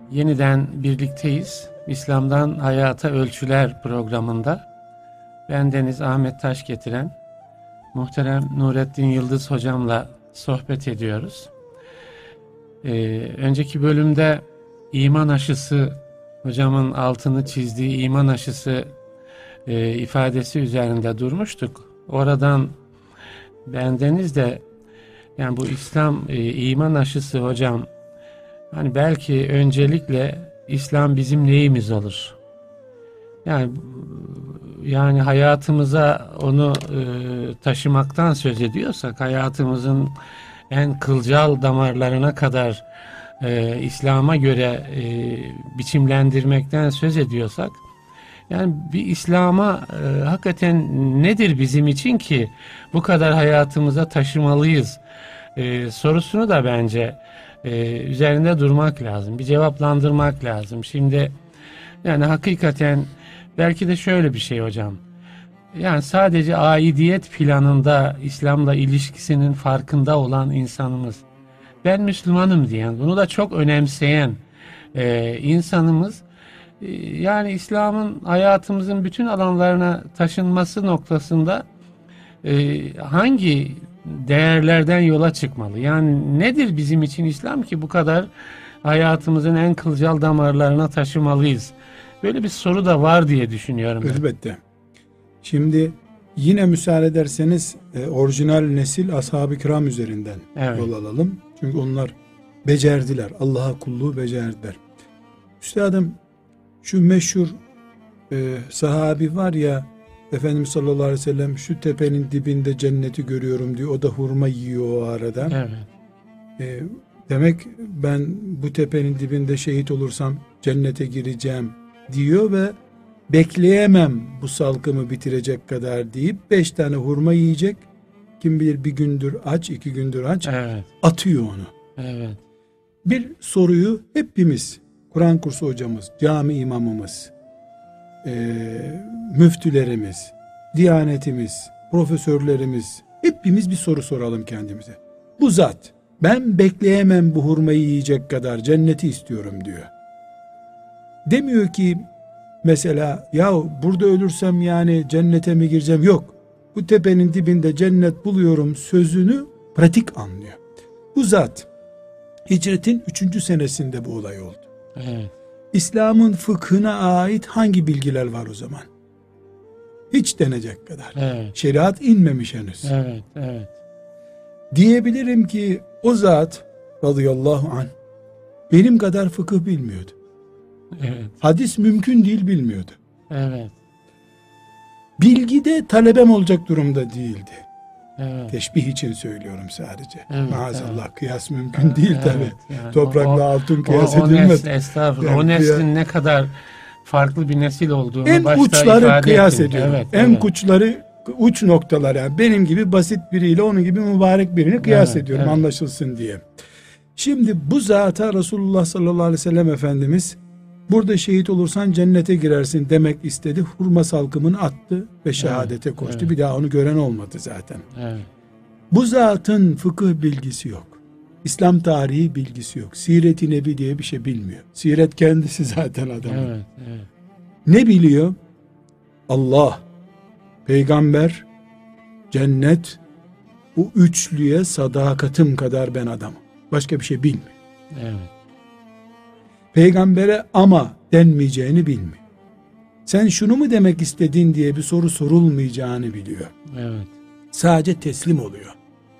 Yeniden birlikteyiz. İslam'dan Hayata Ölçüler programında. Bendeniz Ahmet Taş getiren muhterem Nurettin Yıldız hocamla sohbet ediyoruz. Önceki bölümde iman aşısı, hocamın altını çizdiği iman aşısı ifadesi üzerinde durmuştuk. Oradan bendeniz de yani bu İslam iman aşısı hocam, hani belki öncelikle İslam bizim neyimiz olur? Yani hayatımıza onu taşımaktan söz ediyorsak, hayatımızın en kılcal damarlarına kadar İslam'a göre biçimlendirmekten söz ediyorsak, yani bir İslam'a hakikaten nedir bizim için ki bu kadar hayatımıza taşımalıyız sorusunu da bence üzerinde durmak lazım. Bir cevaplandırmak lazım. Şimdi yani hakikaten belki de şöyle bir şey hocam. Yani sadece aidiyet planında İslam'la ilişkisinin farkında olan insanımız, ben Müslümanım diyen, bunu da çok önemseyen insanımız, yani İslam'ın hayatımızın bütün alanlarına taşınması noktasında hangi değerlerden yola çıkmalı? Yani nedir bizim için İslam ki bu kadar hayatımızın en kılcal damarlarına taşımalıyız? Böyle bir soru da var diye düşünüyorum ben. Elbette. Şimdi yine müsaade ederseniz orijinal nesil ashab-ı kiram üzerinden yol alalım. Çünkü onlar becerdiler. Allah'a kulluğu becerdiler. Üstadım, şu meşhur sahabi var ya, Efendimiz sallallahu aleyhi ve sellem şu tepenin dibinde cenneti görüyorum diyor. O da hurma yiyor o arada. Evet. Demek ben bu tepenin dibinde şehit olursam cennete gireceğim diyor ve bekleyemem bu salkımı bitirecek kadar deyip 5 tane hurma yiyecek. Kim bilir bir gündür aç, 2 gündür aç. Evet. Atıyor onu. Evet. Bir soruyu hepimiz, Kur'an kursu hocamız, cami imamımız, müftülerimiz, diyanetimiz, profesörlerimiz, hepimiz bir soru soralım kendimize. Bu zat, ben bekleyemem bu hurmayı yiyecek kadar cenneti istiyorum diyor. Demiyor ki mesela, ya burada ölürsem yani cennete mi gireceğim? Yok. Bu tepenin dibinde cennet buluyorum sözünü pratik anlıyor. Bu zat hicretin 3. senesinde bu olay oldu. Evet. İslam'ın fıkhına ait hangi bilgiler var o zaman? Hiç denecek kadar. Evet. Şeriat inmemiş henüz. Evet, evet. Diyebilirim ki o zat radıyallahu anh benim kadar fıkıh bilmiyordu. Evet. Hadis mümkün değil bilmiyordu. Evet. Bilgide talebem olacak durumda değildi. Evet. Teşbih için söylüyorum sadece. Evet, maazallah, evet. Kıyas mümkün değil tabi. Yani toprakla altın kıyas edilmez. Estağfurullah. Yani o neslin ne kadar farklı bir nesil olduğunu en uçları kıyas ediyorum. Evet, en uçları, uç noktalar, yani benim gibi basit biriyle onun gibi mübarek birini kıyas ediyorum, anlaşılsın diye. Şimdi bu zata Resulullah sallallahu aleyhi ve sellem Efendimiz burada şehit olursan cennete girersin demek istedi. Hurma salkımını attı ve şehadete koştu. Evet. Bir daha onu gören olmadı zaten. Evet. Bu zatın fıkıh bilgisi yok. İslam tarihi bilgisi yok. Siret-i Nebi diye bir şey bilmiyor. Siret kendisi zaten adamın. Evet, evet. Ne biliyor? Allah, peygamber, cennet, bu üçlüye sadakatim kadar ben adamım. Başka bir şey bilmiyor. Evet. Peygambere ama denmeyeceğini bilmiyor. Sen şunu mu demek istedin diye bir soru sorulmayacağını biliyor. Evet. Sadece teslim oluyor.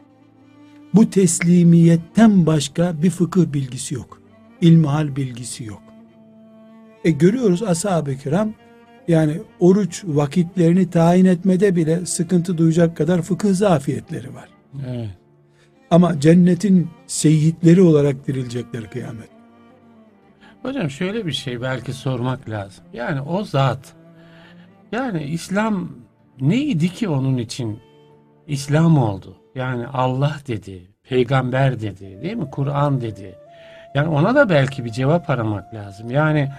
Bu teslimiyetten başka bir fıkıh bilgisi yok. İlmihal bilgisi yok. Görüyoruz ashab-ı kiram, yani oruç vakitlerini tayin etmede bile sıkıntı duyacak kadar fıkıh zafiyetleri var. Evet. Ama cennetin seyyidleri olarak dirilecekler kıyamet. Hocam şöyle bir şey belki sormak lazım. Yani o zat, yani İslam neydi ki onun için İslam oldu? Yani Allah dedi, peygamber dedi, değil mi? Kur'an dedi. Yani ona da belki bir cevap aramak lazım. Yani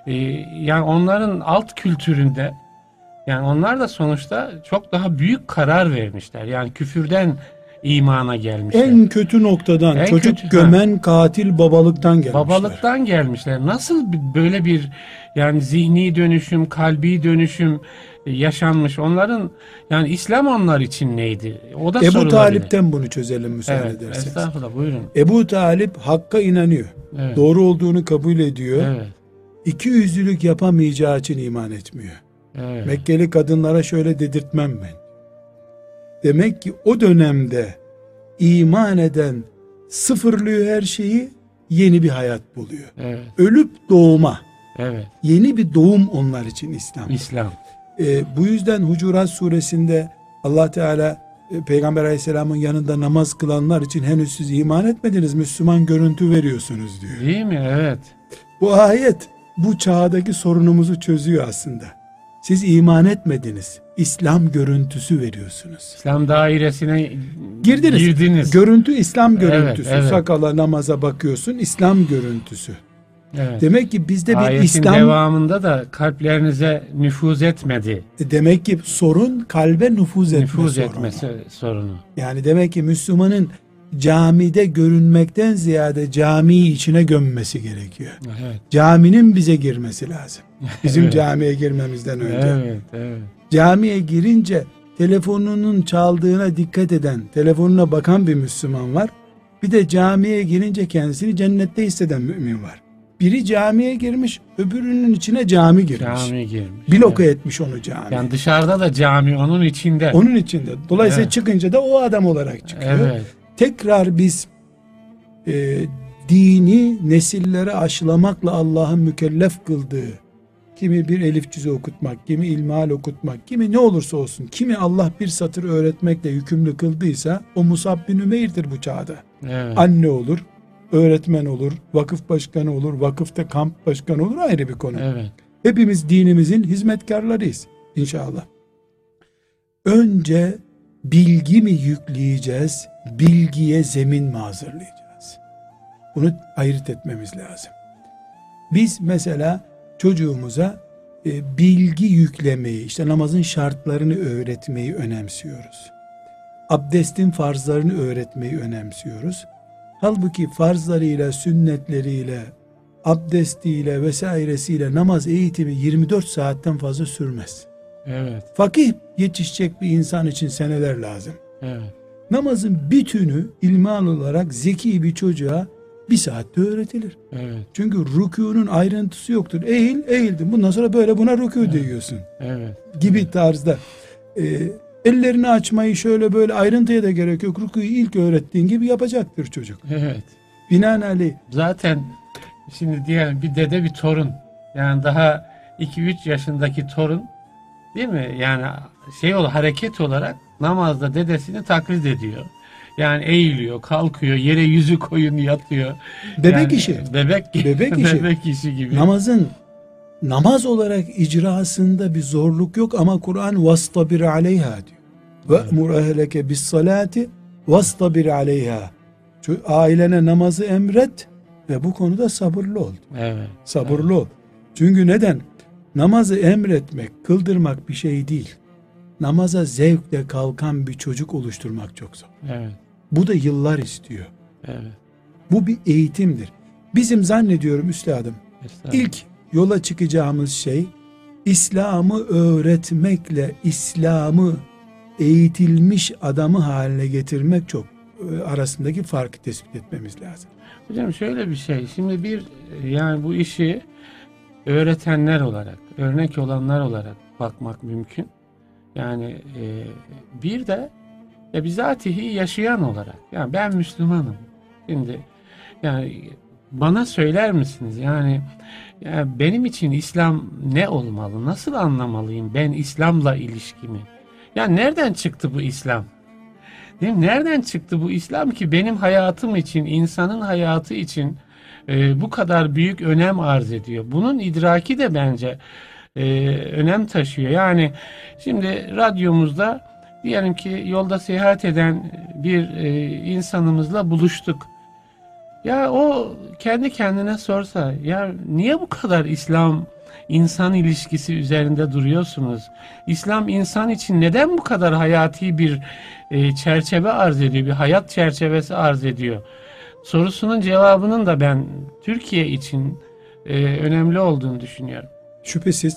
onların alt kültüründe, yani onlar da sonuçta çok daha büyük karar vermişler. Yani küfürden imana gelmişler. En kötü noktadan, çocuk gömen katil babalıktan gelmişler. Babalıktan gelmişler. Nasıl böyle bir yani zihni dönüşüm, kalbi dönüşüm yaşanmış? Onların yani İslam onlar için neydi? O da Ebu Talip'ten bunu çözelim müsaade ederseniz. Estağfurullah, buyurun. Ebu Talip Hakk'a inanıyor. Evet. Doğru olduğunu kabul ediyor. Evet. İkiyüzlülük yapamayacağı için iman etmiyor. Evet. Mekkeli kadınlara şöyle dedirtmem ben. Demek ki o dönemde iman eden sıfırlıyor her şeyi, yeni bir hayat buluyor. Evet. Ölüp doğma. Evet. Yeni bir doğum onlar için İslam. Bu yüzden Hucurat suresinde Allah Teala Peygamber Aleyhisselam'ın yanında namaz kılanlar için henüz siz iman etmediniz, Müslüman görüntü veriyorsunuz diyor. Değil mi? Evet. Bu ayet bu çağdaki sorunumuzu çözüyor aslında. Siz iman etmediniz, İslam görüntüsü veriyorsunuz. İslam dairesine girdiniz. Görüntü İslam görüntüsü. Evet, evet. Sakala, namaza bakıyorsun, İslam görüntüsü. Evet. Demek ki bizde ayetin bir İslam devamında da kalplerinize nüfuz etmedi. Demek ki sorun kalbe nüfuz etmesi sorunu. Yani demek ki Müslümanın camide görünmekten ziyade camiyi içine gömmesi gerekiyor. Evet. Caminin bize girmesi lazım. Bizim evet. Camiye girmemizden önce. Evet, evet. Camiye girince telefonunun çaldığına dikkat eden, telefonuna bakan bir Müslüman var. Bir de camiye girince kendisini cennette hisseden mümin var. Biri camiye girmiş, öbürünün içine cami girmiş. Bloke evet. Etmiş onu cami. Yani dışarıda da cami onun içinde. Onun içinde. Dolayısıyla evet. Çıkınca da o adam olarak çıkıyor. Evet. Tekrar biz dini nesillere aşılamakla Allah'ın mükellef kıldığı, kimi bir elif cüzü okutmak, kimi ilmihal okutmak, kimi ne olursa olsun, kimi Allah bir satır öğretmekle yükümlü kıldıysa o Musab bin Ümeyr'dir bu çağda. Evet. Anne olur, öğretmen olur, vakıf başkanı olur, vakıfta kamp başkanı olur, ayrı bir konu. Evet. Hepimiz dinimizin hizmetkarlarıyız inşallah. Önce bilgi mi yükleyeceğiz, bilgiye zemin mi hazırlayacağız? Bunu ayırt etmemiz lazım. Biz mesela çocuğumuza bilgi yüklemeyi, işte namazın şartlarını öğretmeyi önemsiyoruz. Abdestin farzlarını öğretmeyi önemsiyoruz. Halbuki farzlarıyla, sünnetleriyle, abdestiyle vesairesiyle namaz eğitimi 24 saatten fazla sürmez. Evet. Fakih yetişecek bir insan için seneler lazım. Evet. Namazın bütünü ilmihal olarak zeki bir çocuğa bir saatte öğretilir. Evet. Çünkü rükûnun ayrıntısı yoktur. Eğildin. Bundan sonra böyle buna rükû diyorsun. Evet. Gibi tarzda. Ellerini açmayı şöyle böyle ayrıntıya da gerek yok. Rükûyu ilk öğrettiğin gibi yapacaktır çocuk. Evet. Binaenaleyh. Zaten şimdi diyelim bir dede bir torun. Yani daha 2-3 yaşındaki torun, değil mi? Yani hareket olarak namazda dedesini taklit ediyor. Yani eğiliyor, kalkıyor, yere yüzü koyun yatıyor. Bebek işi. Bebek işi gibi. Namaz olarak icrasında bir zorluk yok ama Kur'an vastabir aleyha diyor. Ve'mur ehleke bis salati vastabir aleyha. Ailene namazı emret ve bu konuda sabırlı ol. Evet. Sabırlı ol. Çünkü neden? Namazı emretmek, kıldırmak bir şey değil. Namaza zevkle kalkan bir çocuk oluşturmak çok zor. Evet. Bu da yıllar istiyor. Evet. Bu bir eğitimdir. Bizim zannediyorum üstadım, ilk yola çıkacağımız şey İslam'ı öğretmekle İslam'ı eğitilmiş adamı haline getirmek çok arasındaki farkı tespit etmemiz lazım. Hocam şöyle bir şey, şimdi yani bu işi öğretenler olarak, örnek olanlar olarak bakmak mümkün. Yani bir de bizatihi yaşayan olarak, yani ben Müslümanım. Şimdi yani bana söyler misiniz? Yani benim için İslam ne olmalı? Nasıl anlamalıyım ben İslam'la ilişkimi? Yani nereden çıktı bu İslam? Değil mi? Nereden çıktı bu İslam ki benim hayatım için, insanın hayatı için bu kadar büyük önem arz ediyor? Bunun idraki de bence önem taşıyor. Yani şimdi radyomuzda diyelim ki yolda seyahat eden bir insanımızla buluştuk. Ya o kendi kendine sorsa, ya niye bu kadar İslam insan ilişkisi üzerinde duruyorsunuz. İslam insan için neden bu kadar hayati bir çerçeve arz ediyor, bir hayat çerçevesi arz ediyor? Sorusunun cevabının da ben Türkiye için önemli olduğunu düşünüyorum. Şüphesiz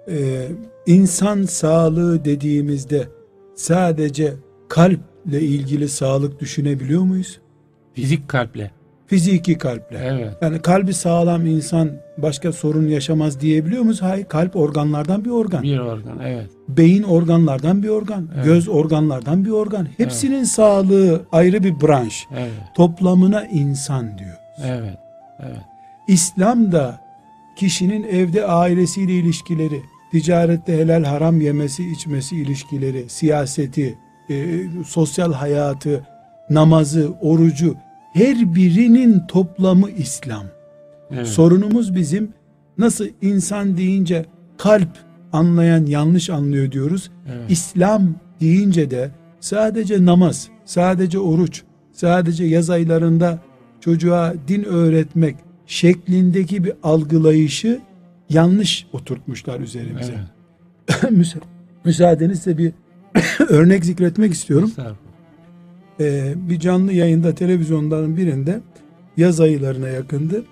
insan sağlığı dediğimizde sadece kalple ilgili sağlık düşünebiliyor muyuz? Fizik kalple. Fiziki kalple. Evet. Yani kalbi sağlam insan başka sorun yaşamaz diyebiliyor muyuz? Hayır. Kalp organlardan bir organ. Bir organ, evet. Beyin organlardan bir organ. Evet. Göz organlardan bir organ. Hepsinin sağlığı ayrı bir branş. Evet. Toplamına insan diyor. Evet. Evet. İslam da kişinin evde ailesiyle ilişkileri, ticarette helal haram yemesi içmesi ilişkileri, siyaseti, sosyal hayatı, namazı, orucu, her birinin toplamı İslam. Evet. Sorunumuz bizim nasıl insan deyince kalp anlayan yanlış anlıyor diyoruz. Evet. İslam deyince de sadece namaz, sadece oruç, sadece yaz aylarında çocuğa din öğretmek şeklindeki bir algılayışı yanlış oturtmuşlar üzerimize. Evet. Müsaadenizle bir örnek zikretmek istiyorum. Bir canlı yayında televizyonların birinde yaz aylarına yakındı.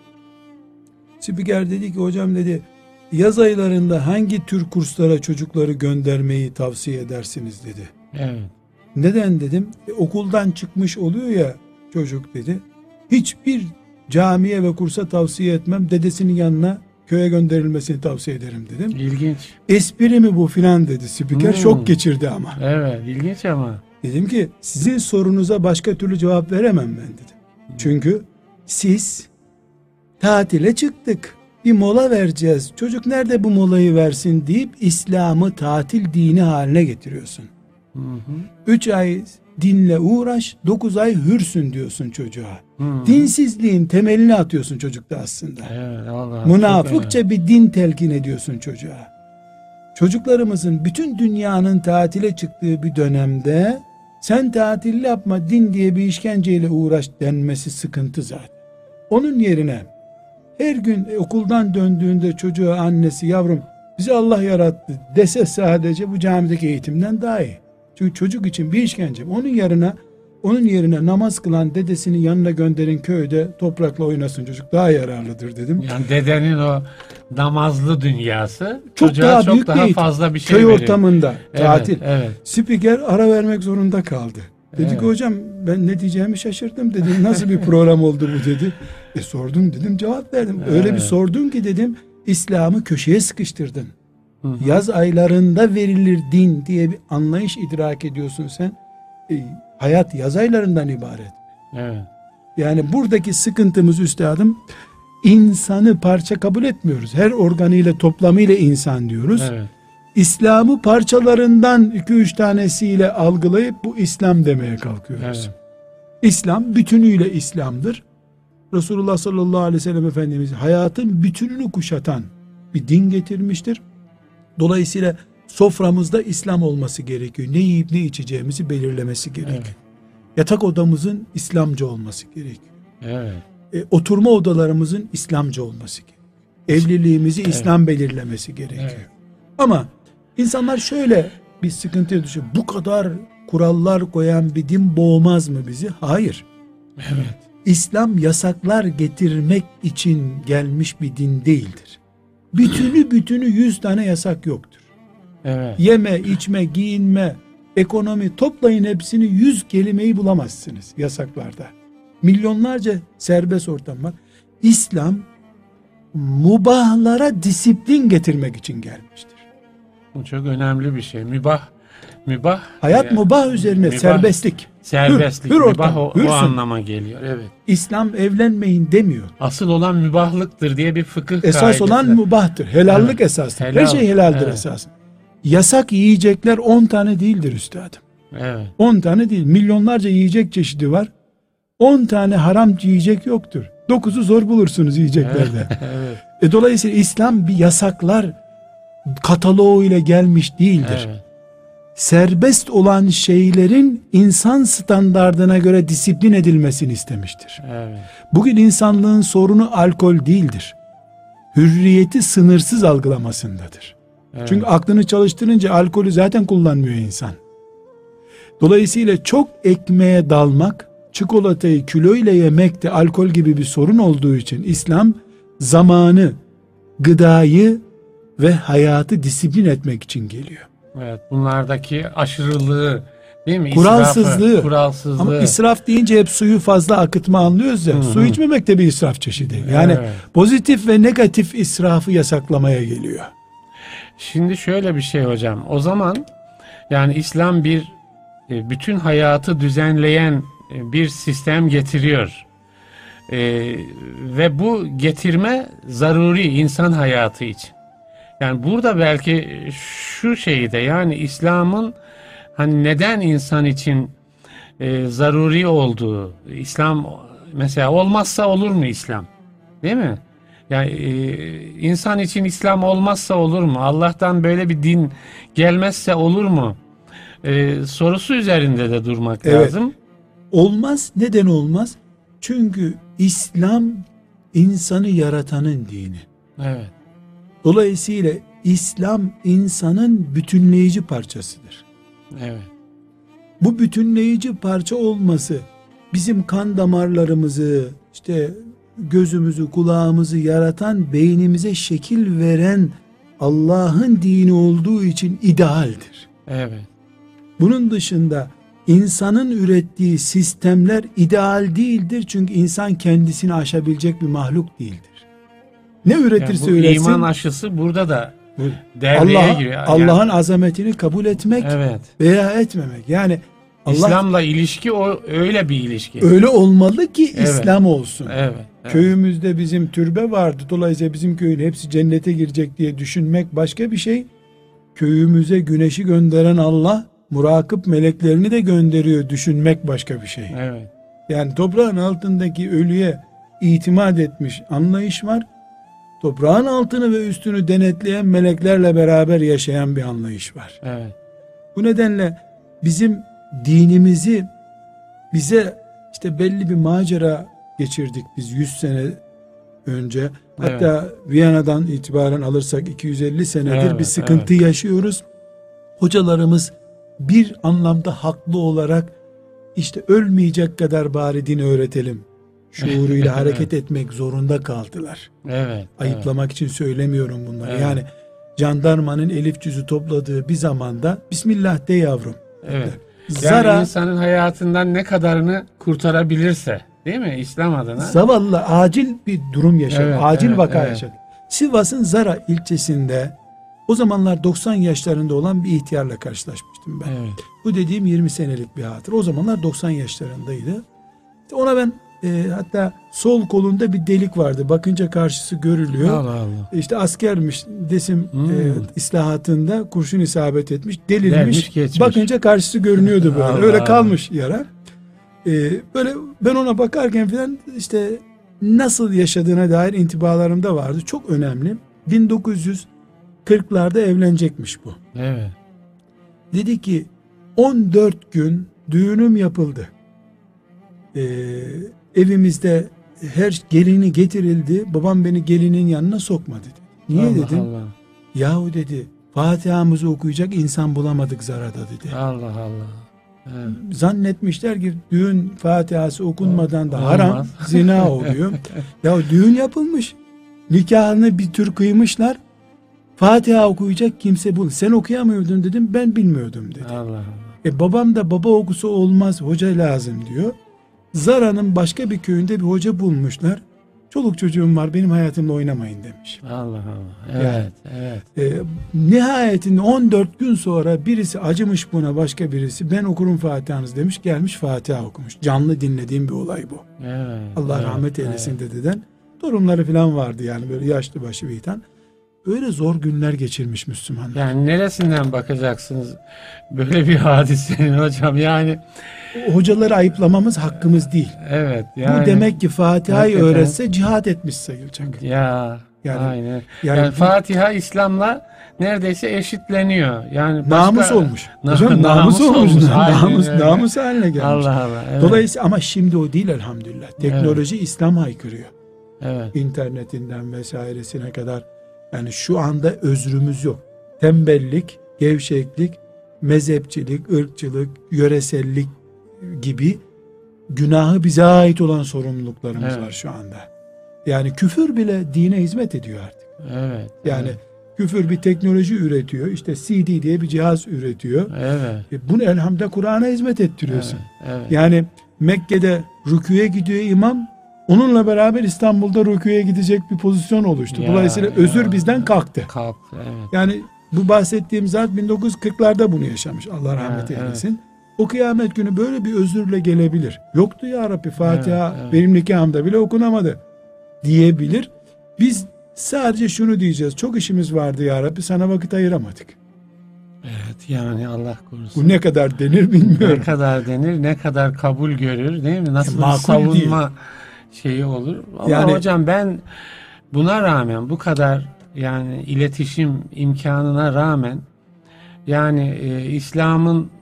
Spiker dedi ki hocam dedi yaz aylarında hangi tür kurslara çocukları göndermeyi tavsiye edersiniz dedi. Evet. Neden dedim? Okuldan çıkmış oluyor ya çocuk dedi. Hiçbir camiye ve kursa tavsiye etmem. Dedesinin yanına köye gönderilmesini tavsiye ederim dedim. İlginç. Espri mi bu filan dedi spiker. Şok geçirdi ama. Evet, ilginç ama. Dedim ki sizin sorunuza başka türlü cevap veremem ben dedim. Çünkü siz tatile çıktık. Bir mola vereceğiz. Çocuk nerede bu molayı versin deyip İslam'ı tatil dini haline getiriyorsun. 3 ay dinle uğraş, 9 ay hürsün diyorsun çocuğa. Dinsizliğin temelini atıyorsun çocukta aslında. Evet, Allah, münafıkça bir din telkin ediyorsun çocuğa. Çocuklarımızın bütün dünyanın tatile çıktığı bir dönemde sen tatil yapma din diye bir işkenceyle uğraş denmesi sıkıntı zaten. Onun yerine her gün okuldan döndüğünde çocuğa annesi yavrum bizi Allah yarattı dese sadece bu camideki eğitimden daha iyi. Çünkü çocuk için bir işkence. Onun yerine namaz kılan dedesinin yanına gönderin köyde toprakla oynasın çocuk daha yararlıdır dedim. Yani dedenin o namazlı dünyası çok çocuğa daha çok büyük daha bir fazla bir şey köy veriyor. ortamında tatil. Evet. Spiker ara vermek zorunda kaldı. Dedi ki hocam ben ne diyeceğimi şaşırdım dedim. Nasıl bir program oldu bu dedi. Sordum dedim cevap verdim. Öyle bir sordun ki dedim İslam'ı köşeye sıkıştırdın. Yaz aylarında verilir din diye bir anlayış idrak ediyorsun sen. Hayat yaz aylarından ibaret. Evet. Yani buradaki sıkıntımız üstadım insanı parça kabul etmiyoruz. Her organıyla toplamıyla insan diyoruz. Evet. İslam'ı parçalarından 2-3 tanesiyle algılayıp bu İslam demeye kalkıyoruz. Evet. İslam bütünüyle İslam'dır. Resulullah sallallahu aleyhi ve sellem Efendimiz hayatın bütününü kuşatan bir din getirmiştir. Dolayısıyla soframızda İslam olması gerekiyor. Ne yiyip ne içeceğimizi belirlemesi gerekiyor. Evet. Yatak odamızın İslamcı olması gerekiyor. Evet. Oturma odalarımızın İslamcı olması gerekiyor. Evliliğimizi İslam belirlemesi gerekiyor. Evet. Ama insanlar şöyle bir sıkıntıya düşüyor. Bu kadar kurallar koyan bir din boğmaz mı bizi? Hayır. Evet. İslam yasaklar getirmek için gelmiş bir din değildir. Bütünü 100 tane yasak yoktur. Evet. Yeme, içme, giyinme, ekonomi toplayın hepsini 100 kelimeyi bulamazsınız yasaklarda. Milyonlarca serbest ortam var. İslam mubahlara disiplin getirmek için gelmiştir. Bu çok önemli bir şey. Mübah. Hayat mübah üzerine serbestlik. Serbestlik. Hür mübah ortam, o anlama geliyor. Evet. İslam evlenmeyin demiyor. Asıl olan mübahlıktır diye bir fıkıh esas kaidesi. olan mübahtır. Helallik esastır. Her şey helaldir esas. Yasak yiyecekler 10 tane değildir üstadım. Evet. 10 tane değil. Milyonlarca yiyecek çeşidi var. 10 tane haram yiyecek yoktur. 9'u zor bulursunuz yiyeceklerde. Evet. Dolayısıyla İslam bir yasaklar kataloğu ile gelmiş değildir. Evet. Serbest olan şeylerin insan standardına göre disiplin edilmesini istemiştir. Evet. Bugün insanlığın sorunu alkol değildir. hürriyeti sınırsız algılamasındadır. Evet. Çünkü aklını çalıştırınca alkolü zaten kullanmıyor insan. Dolayısıyla çok ekmeğe dalmak, çikolatayı kiloyla yemek de alkol gibi bir sorun olduğu için İslam zamanı, gıdayı ve hayatı disiplin etmek için geliyor. Evet, bunlardaki aşırılığı, değil mi? Kuralsızlığı. Kuralsızlığı. Ama israf deyince hep suyu fazla akıtma anlıyoruz ya. Su içmemek de bir israf çeşidi. Yani evet, pozitif ve negatif israfı yasaklamaya geliyor. Şimdi şöyle bir şey hocam. O zaman yani İslam bütün hayatı düzenleyen bir sistem getiriyor. Ve bu getirme zaruri insan hayatı için. Yani burada belki şu şeyde, yani İslam'ın hani neden insan için zaruri olduğu, İslam mesela olmazsa olur mu İslam? Değil mi? Yani insan için İslam olmazsa olur mu? Allah'tan böyle bir din gelmezse olur mu? Sorusu üzerinde de durmak lazım. Olmaz. Neden olmaz? Çünkü İslam insanı yaratanın dini. Evet. Dolayısıyla İslam insanın bütünleyici parçasıdır. Evet. Bu bütünleyici parça olması bizim kan damarlarımızı, işte gözümüzü, kulağımızı yaratan, beynimize şekil veren Allah'ın dini olduğu için idealdir. Evet. Bunun dışında insanın ürettiği sistemler ideal değildir. Çünkü insan kendisini aşabilecek bir mahluk değildir. Ne üretirse yani üretsin. İman aşısı burada da devreye giriyor. Allah'ın azametini kabul etmek evet, veya etmemek. Yani İslam'la ilişki öyle bir ilişki. Öyle olmalı ki evet, İslam olsun. Evet, evet. Köyümüzde bizim türbe vardı. Dolayısıyla bizim köyün hepsi cennete girecek diye düşünmek başka bir şey. Köyümüze güneşi gönderen Allah, murakip meleklerini de gönderiyor düşünmek başka bir şey. Evet. Yani toprağın altındaki ölüye itimat etmiş anlayış var. Toprağın altını ve üstünü denetleyen meleklerle beraber yaşayan bir anlayış var. Evet. Bu nedenle bizim dinimizi bize işte belli bir macera geçirdik biz 100 sene önce. Hatta Viyana'dan itibaren alırsak 250 senedir bir sıkıntı yaşıyoruz. Hocalarımız bir anlamda haklı olarak işte ölmeyecek kadar bari din öğretelim şuuruyla hareket etmek zorunda kaldılar. Evet. Ayıplamak için söylemiyorum bunları. Evet. Yani jandarmanın elif cüzü topladığı bir zamanda Bismillah de yavrum. Evet. Yani insanın hayatından ne kadarını kurtarabilirse, değil mi? İslam adına. Zavallı acil bir durum yaşadı. Evet, acil vaka yaşadı. Sivas'ın Zara ilçesinde o zamanlar 90 yaşlarında olan bir ihtiyarla karşılaşmıştım ben. Evet. Bu dediğim 20 senelik bir hatıra. O zamanlar 90 yaşlarındaydı. Ona ben hatta sol kolunda bir delik vardı. Bakınca karşısı görülüyor. Allah Allah. İşte askermiş desim islahatında kurşun isabet etmiş. Delirmiş. Bakınca karşısı görünüyordu böyle. Allah Öyle kalmış yara. Böyle ben ona bakarken falan işte nasıl yaşadığına dair intibalarım da vardı. Çok önemli. 1940'larda evlenecekmiş bu. Evet. Dedi ki 14 gün düğünüm yapıldı. Evimizde her gelini getirildi. Babam beni gelinin yanına sokmadı dedi. Niye Allah dedim? Allah. Yahu dedi Fatiha'mızı okuyacak insan bulamadık Zara'da dedi. Allah Allah. Evet. Zannetmişler ki düğün Fatiha'sı okunmadan da haram, zina oluyor. Ya düğün yapılmış. Nikahını bir tür kıymışlar. Fatiha okuyacak kimse bul. Sen okuyamıyordun dedim. Ben bilmiyordum dedi. Allah Allah. Babam da baba okusu olmaz, hoca lazım diyor. Zara'nın başka bir köyünde bir hoca bulmuşlar. Çoluk çocuğum var, benim hayatımla oynamayın demiş. Allah Allah. Evet, evet. Nihayetinde 14 gün sonra birisi acımış buna, başka birisi ben okurum Fatiha'nız demiş, gelmiş Fatiha okumuş. Canlı dinlediğim bir olay bu. Evet. Allah rahmet eylesin dededen. Torunları falan vardı yani, böyle yaşlı başı bir itan. Öyle zor günler geçirmiş Müslümanlar. Yani neresinden bakacaksınız böyle bir hadisenin hocam, yani hocaları ayıplamamız hakkımız değil. Evet. Yani, bu demek ki Fatiha'yı öğretse cihat etmiş sayılacak. Ya. Yani, aynen. Yani Fatiha İslam'la neredeyse eşitleniyor. Yani başka, namus olmuş. Hocam namus olmuş. Namus haline gelmiş. Allah Allah. Evet. Dolayısıyla ama şimdi o değil elhamdülillah. Teknoloji İslam haykırıyor. Evet. İnternetinden vesairesine kadar. Yani şu anda özrümüz yok. Tembellik, gevşeklik, mezhepçilik, ırkçılık, yöresellik gibi günahı bize ait olan sorumluluklarımız var şu anda. Yani küfür bile dine hizmet ediyor artık. Evet. Yani küfür bir teknoloji üretiyor. İşte CD diye bir cihaz üretiyor. Evet. Bunu elhamdülillah Kur'an'a hizmet ettiriyorsun. Evet. Yani Mekke'de rüküye gidiyor imam. Onunla beraber İstanbul'da rüküye gidecek bir pozisyon oluştu. Dolayısıyla özür bizden kalktı. Kalktı, evet. Yani bu bahsettiğim zat 1940'larda bunu yaşamış. Allah rahmet eylesin. Evet. O kıyamet günü böyle bir özürle gelebilir. Yoktu ya Rabbi Fatiha benim nikahımda bile okunamadı diyebilir. Biz sadece şunu diyeceğiz. Çok işimiz vardı ya Rabbi, sana vakit ayıramadık. Evet, yani Allah korusun. Bu ne kadar denir bilmiyorum. Ne kadar denir, ne kadar kabul görür, değil mi? Nasıl makul savunma değil. Şeyi olur. Ama yani, hocam ben buna rağmen, bu kadar yani iletişim imkanına rağmen, yani İslam'ın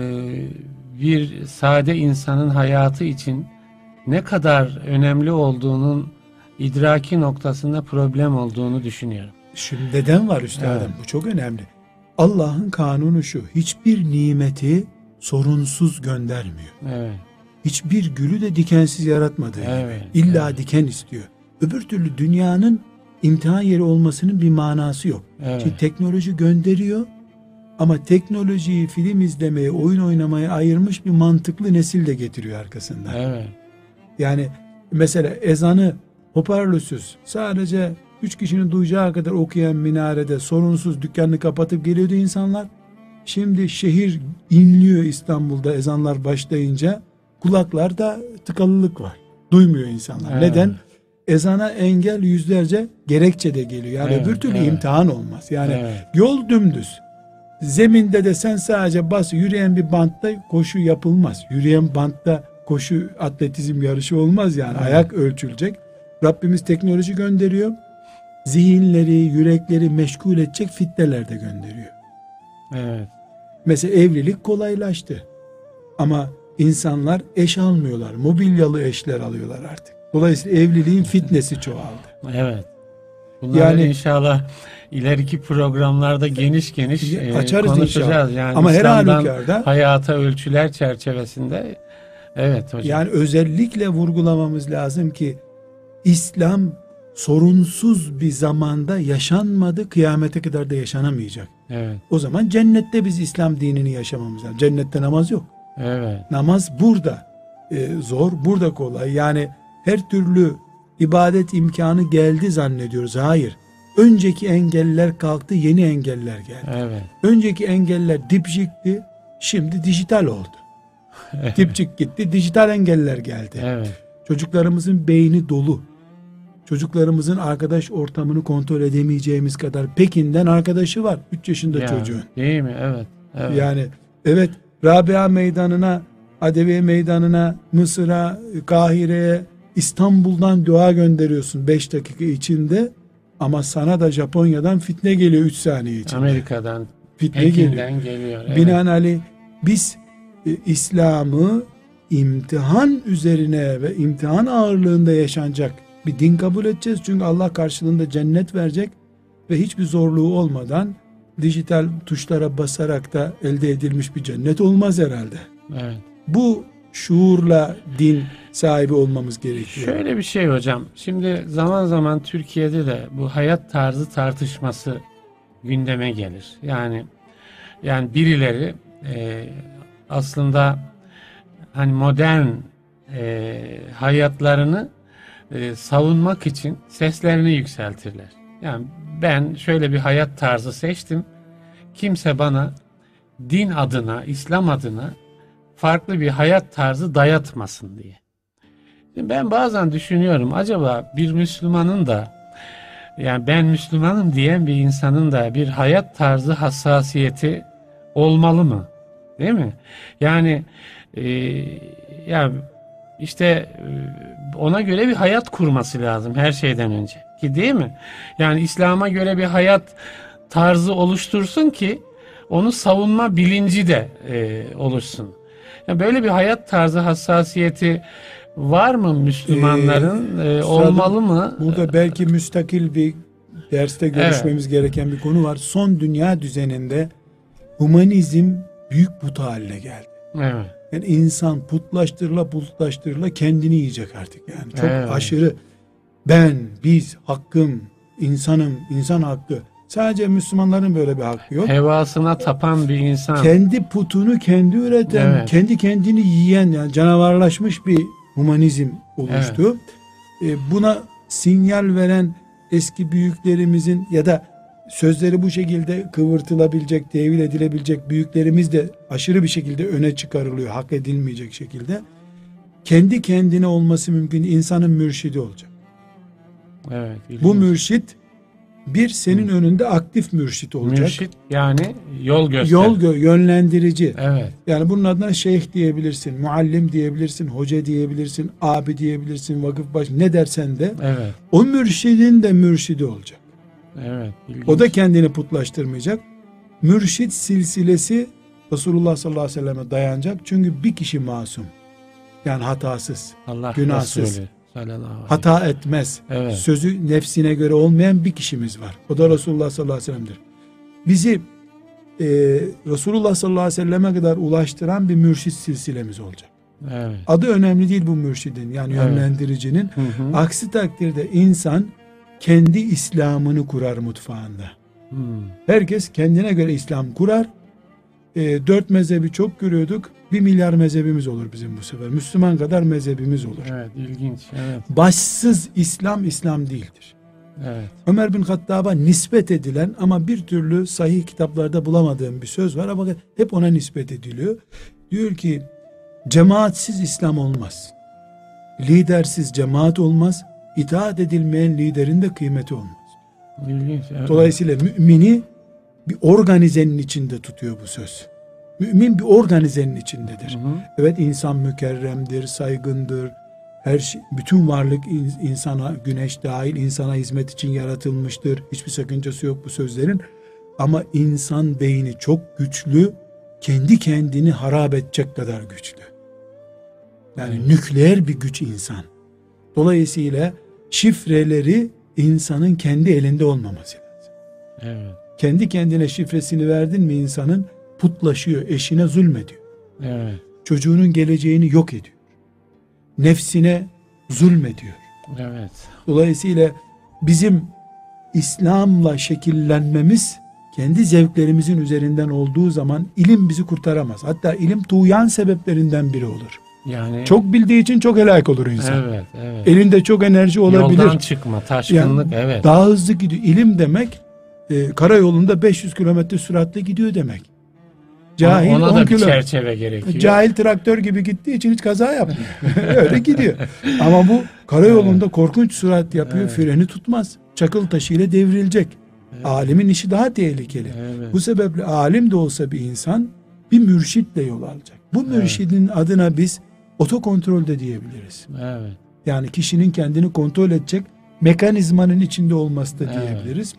bir sade insanın hayatı için ne kadar önemli olduğunun idraki noktasında problem olduğunu düşünüyorum. Şimdi neden var üstadım? Bu çok önemli. Allah'ın kanunu şu: hiçbir nimeti sorunsuz göndermiyor. Evet. Hiçbir gülü de dikensiz yaratmadığı gibi. İlla diken istiyor. Öbür türlü dünyanın imtihan yeri olmasının bir manası yok. Şimdi teknoloji gönderiyor ama teknolojiyi film izlemeye, oyun oynamaya ayırmış bir mantıklı nesil de getiriyor arkasından. Yani mesela ezanı hoparlörsüz sadece 3 kişinin duyacağı kadar okuyan minarede sorunsuz dükkanını kapatıp geliyordu insanlar. Şimdi şehir inliyor İstanbul'da ezanlar başlayınca, kulaklarda tıkalılık var. Duymuyor insanlar. Neden? Ezana engel yüzlerce gerekçe de geliyor. Yani öbür türlü imtihan olmaz. Yani yol dümdüz. Zeminde de sen sadece bas, yürüyen bir bantta koşu yapılmaz. Yürüyen bantta koşu, atletizm yarışı olmaz yani. Ayak ölçülecek. Rabbimiz teknoloji gönderiyor. Zihinleri, yürekleri meşgul edecek fitneler de gönderiyor. Mesela evlilik kolaylaştı. Ama insanlar eş almıyorlar. Mobilyalı eşler alıyorlar artık. Dolayısıyla evliliğin fitnesi çoğaldı. Bunları yani inşallah ileriki programlarda geniş açarız konuşacağız. İnşallah. Yani ama her İslam'dan halükarda hayata ölçüler çerçevesinde hocam. Yani özellikle vurgulamamız lazım ki İslam sorunsuz bir zamanda yaşanmadı, kıyamete kadar da yaşanamayacak. O zaman cennette biz İslam dinini yaşamamız lazım. Cennette namaz yok. Namaz burada zor, burada kolay. Yani her türlü ibadet imkanı geldi zannediyoruz. Hayır. Önceki engeller kalktı, yeni engeller geldi. Önceki engeller dipçikti, şimdi dijital oldu. Dipçik gitti, dijital engeller geldi. Çocuklarımızın beyni dolu. Çocuklarımızın arkadaş ortamını kontrol edemeyeceğimiz kadar Pekin'den arkadaşı var 3 yaşında çocuğun. Değil mi? Yani Rabia Meydanı'na, Adeviye Meydanı'na, Mısır'a, Kahire'ye, İstanbul'dan dua gönderiyorsun 5 dakika içinde, ama sana da Japonya'dan fitne geliyor 3 saniye içinde. Amerika'dan, fitne geliyor. Binaenaleyh biz İslam'ı imtihan üzerine ve imtihan ağırlığında yaşanacak bir din kabul edeceğiz. Çünkü Allah karşılığında cennet verecek ve hiçbir zorluğu olmadan dijital tuşlara basarak da elde edilmiş bir cennet olmaz herhalde. Bu şuurla din sahibi olmamız gerekiyor. Şöyle bir şey hocam. Şimdi zaman zaman Türkiye'de de bu hayat tarzı tartışması gündeme gelir. Yani birileri aslında hani modern hayatlarını savunmak için seslerini yükseltirler. Yani ben şöyle bir hayat tarzı seçtim. Kimse bana din adına, İslam adına farklı bir hayat tarzı dayatmasın diye. Şimdi ben bazen düşünüyorum, acaba bir Müslümanın da, yani ben Müslümanım diyen bir insanın da bir hayat tarzı hassasiyeti olmalı mı? Değil mi? Yani ona göre bir hayat kurması lazım her şeyden önce. Ki değil mi? Yani İslam'a göre bir hayat tarzı oluştursun ki onu savunma bilinci de oluşsun. Yani böyle bir hayat tarzı hassasiyeti var mı Müslümanların? Olmalı mı? Burada belki müstakil bir derste görüşmemiz gereken bir konu var. Son dünya düzeninde humanizm büyük put haline geldi. Evet. Yani insan putlaştırıla kendini yiyecek artık yani. Çok aşırı ben, biz, hakkım, insanım, insan hakkı. Sadece Müslümanların böyle bir hakkı yok. Hevasına tapan bir insan. Kendi putunu kendi üreten, kendi kendini yiyen, yani canavarlaşmış bir humanizm oluştu. Buna sinyal veren eski büyüklerimizin ya da sözleri bu şekilde kıvırtılabilecek, tevil edilebilecek büyüklerimiz de aşırı bir şekilde öne çıkarılıyor, hak edilmeyecek şekilde. Kendi kendine olması mümkün, insanın mürşidi olacak. Evet. Bu mürşit senin önünde aktif mürşit olacak. Mürşit yani yol göster. Yönlendirici. Evet. Yani bunun adına şeyh diyebilirsin, muallim diyebilirsin, hoca diyebilirsin, abi diyebilirsin, vakıf baş, ne dersen de. Evet. O mürşidin de mürşidi olacak. Evet. İlginç. O da kendini putlaştırmayacak. Mürşit silsilesi Resulullah sallallahu aleyhi ve selleme dayanacak. Çünkü bir kişi masum. Yani hatasız, Allah günahsız, Resulü hata etmez. Evet. Sözü nefsine göre olmayan bir kişimiz var. O da Resulullah sallallahu aleyhi ve sellem'dir. Bizi Resulullah sallallahu aleyhi ve selleme kadar ulaştıran bir mürşit silsilemiz olacak. Evet. Adı önemli değil bu mürşidin, yani yönlendiricinin. Hı. Aksi takdirde insan kendi İslam'ını kurar mutfağında. Herkes kendine göre İslam kurar. 4 mezhebi çok görüyorduk. 1 milyar mezhebimiz olur bizim bu sefer. Müslüman kadar mezhebimiz olur. Evet, ilginç. Evet. Başsız İslam değildir. Evet. Ömer bin Hattab'a nispet edilen ama bir türlü sahih kitaplarda bulamadığım bir söz var ama hep ona nispet ediliyor. Diyor ki cemaatsiz İslam olmaz. Lidersiz cemaat olmaz. İtaat edilmeyen liderin de kıymeti olmaz. İlginç. Evet. Dolayısıyla mümini bir organizenin içinde tutuyor bu söz. Mümin bir organizenin içindedir. Hı. Evet, insan mükerremdir, saygındır. Her şey, bütün varlık insana, güneş dahil insana hizmet için yaratılmıştır. Hiçbir sakıncası yok bu sözlerin. Ama insan beyni çok güçlü, kendi kendini harap edecek kadar güçlü. Yani nükleer bir güç insan. Dolayısıyla şifreleri insanın kendi elinde olmaması lazım. Evet. Kendi kendine şifresini verdin mi insanın, putlaşıyor, eşine zulmediyor. Evet. Çocuğunun geleceğini yok ediyor. Nefsine zulmediyor. Evet. Dolayısıyla bizim İslam'la şekillenmemiz kendi zevklerimizin üzerinden olduğu zaman ilim bizi kurtaramaz. Hatta ilim tuğyan sebeplerinden biri olur. Yani çok bildiği için çok helak olur insan. Evet, evet. Elinde çok enerji olabilir. Yoldan çıkma, taşkınlık, yani evet. Daha hızlı gidiyor. İlim demek karayolunda 500 kilometre süratle gidiyor demek. Cahil ona 10 da bir kilo. çerçeve gerekiyor. Cahil traktör gibi gittiği için hiç kaza yapmıyor. Öyle gidiyor. Ama bu karayolunda korkunç sürat yapıyor. Freni tutmaz. Çakıl taşıyla devrilecek. Alimin işi daha tehlikeli. Evet. Bu sebeple alim de olsa bir insan bir mürşitle yol alacak. Bu mürşidin adına biz otokontrol de diyebiliriz. Evet. Yani kişinin kendini kontrol edecek mekanizmanın içinde olması da diyebiliriz.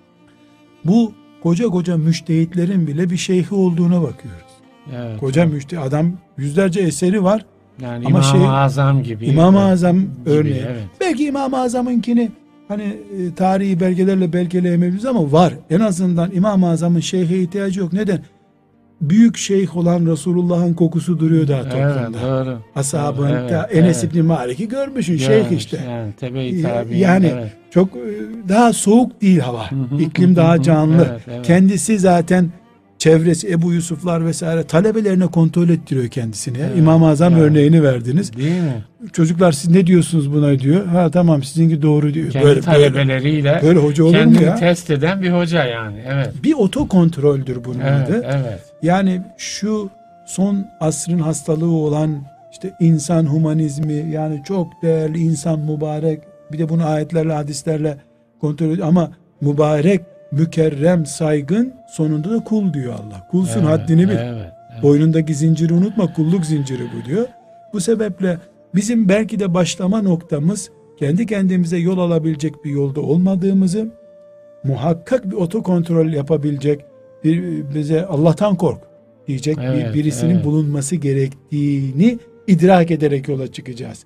Bu koca müştehitlerin bile bir şeyhi olduğuna bakıyoruz. Evet. Koca müştehit adam, yüzlerce eseri var. Yani ama İmam-ı Azam gibi. İmam-ı Azam örneği. Evet. Belki İmam-ı Azam'ınkini hani tarihi belgelerle belgeleyemeyiz ama var. En azından İmam-ı Azam'ın şeyhe ihtiyacı yok. Neden? Büyük şeyh olan Resulullah'ın kokusu duruyor daha toplumda. Evet, doğru. Ashabın, Evet, Enes İbni Malik'i görmüşsün, şeyh işte. Yani tebe-i tabi'in, yani evet. çok daha soğuk değil hava. İklim daha canlı. Evet. Kendisi zaten çevresi Ebu Yusuflar vesaire talebelerine kontrol ettiriyor kendisini. Evet, İmam-ı Azam örneğini verdiniz. Değil mi? Çocuklar siz ne diyorsunuz buna diyor. Ha tamam, sizinki doğru diyor. Kendi talebeleriyle böyle hoca olur mu kendini ya? test eden bir hoca yani. Evet. Bir otokontroldür bunun adı. Evet. Yani şu son asrın hastalığı olan işte insan humanizmi, yani çok değerli insan mübarek, bir de bunu ayetlerle hadislerle kontrol ediyor ama mübarek, mükerrem, saygın, sonunda da kul diyor Allah. Kulsun, haddini bil. Evet. Boynundaki zinciri unutma, kulluk zinciri bu diyor. Bu sebeple bizim belki de başlama noktamız kendi kendimize yol alabilecek bir yolda olmadığımızı, muhakkak bir otokontrol yapabilecek, bize Allah'tan kork diyecek birisinin bulunması gerektiğini idrak ederek yola çıkacağız.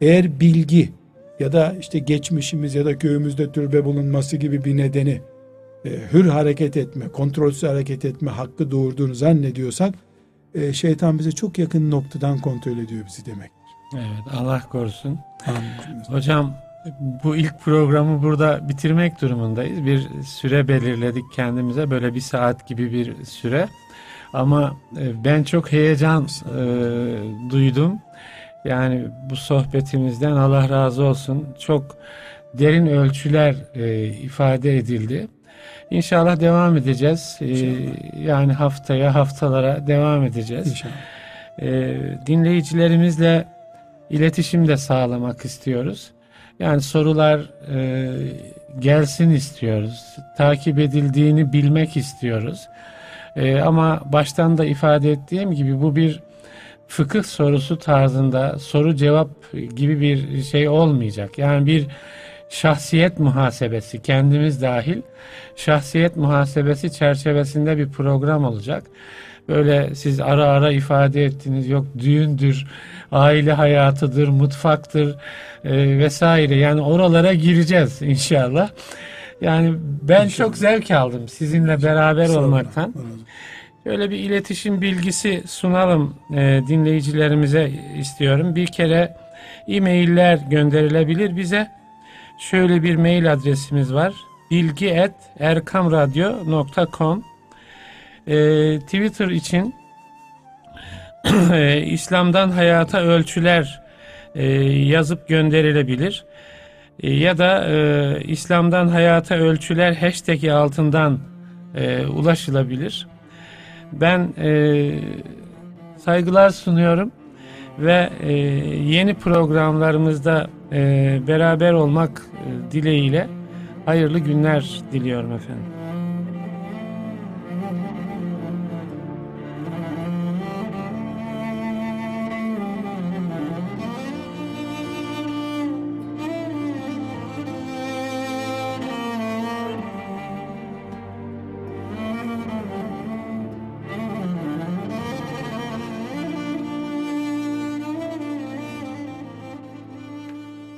Eğer bilgi ya da işte geçmişimiz ya da köyümüzde türbe bulunması gibi bir nedeni hür hareket etme, kontrolsüz hareket etme hakkı doğurduğunu zannediyorsak şeytan bize çok yakın noktadan kontrol ediyor bizi demektir. Evet, Allah korusun. Amin. Hocam, bu ilk programı burada bitirmek durumundayız. Bir süre belirledik kendimize, böyle 1 saat gibi bir süre. Ama ben çok heyecan duydum. Yani bu sohbetimizden Allah razı olsun. Çok derin ölçüler ifade edildi. İnşallah devam edeceğiz. Yani haftalara devam edeceğiz. İnşallah. Dinleyicilerimizle iletişim de sağlamak istiyoruz. Yani sorular gelsin istiyoruz. Takip edildiğini bilmek istiyoruz. Ama baştan da ifade ettiğim gibi bu bir fıkıh sorusu tarzında soru cevap gibi bir şey olmayacak. Yani bir şahsiyet muhasebesi, kendimiz dahil şahsiyet muhasebesi çerçevesinde bir program olacak. Böyle siz ara ara ifade ettiniz, yok düğündür, aile hayatıdır, mutfaktır vesaire. Yani oralara gireceğiz inşallah. Yani ben İnşallah. çok zevk aldım sizinle beraber olmaktan. Sağ olun. Şöyle bir iletişim bilgisi sunalım dinleyicilerimize istiyorum. Bir kere e-mailler gönderilebilir bize. Şöyle bir mail adresimiz var: bilgi@erkamradyo.com. Twitter için İslam'dan Hayata Ölçüler yazıp gönderilebilir. Ya da İslam'dan Hayata Ölçüler hashtag'i altından ulaşılabilir. Ben saygılar sunuyorum ve yeni programlarımızda beraber olmak dileğiyle hayırlı günler diliyorum efendim.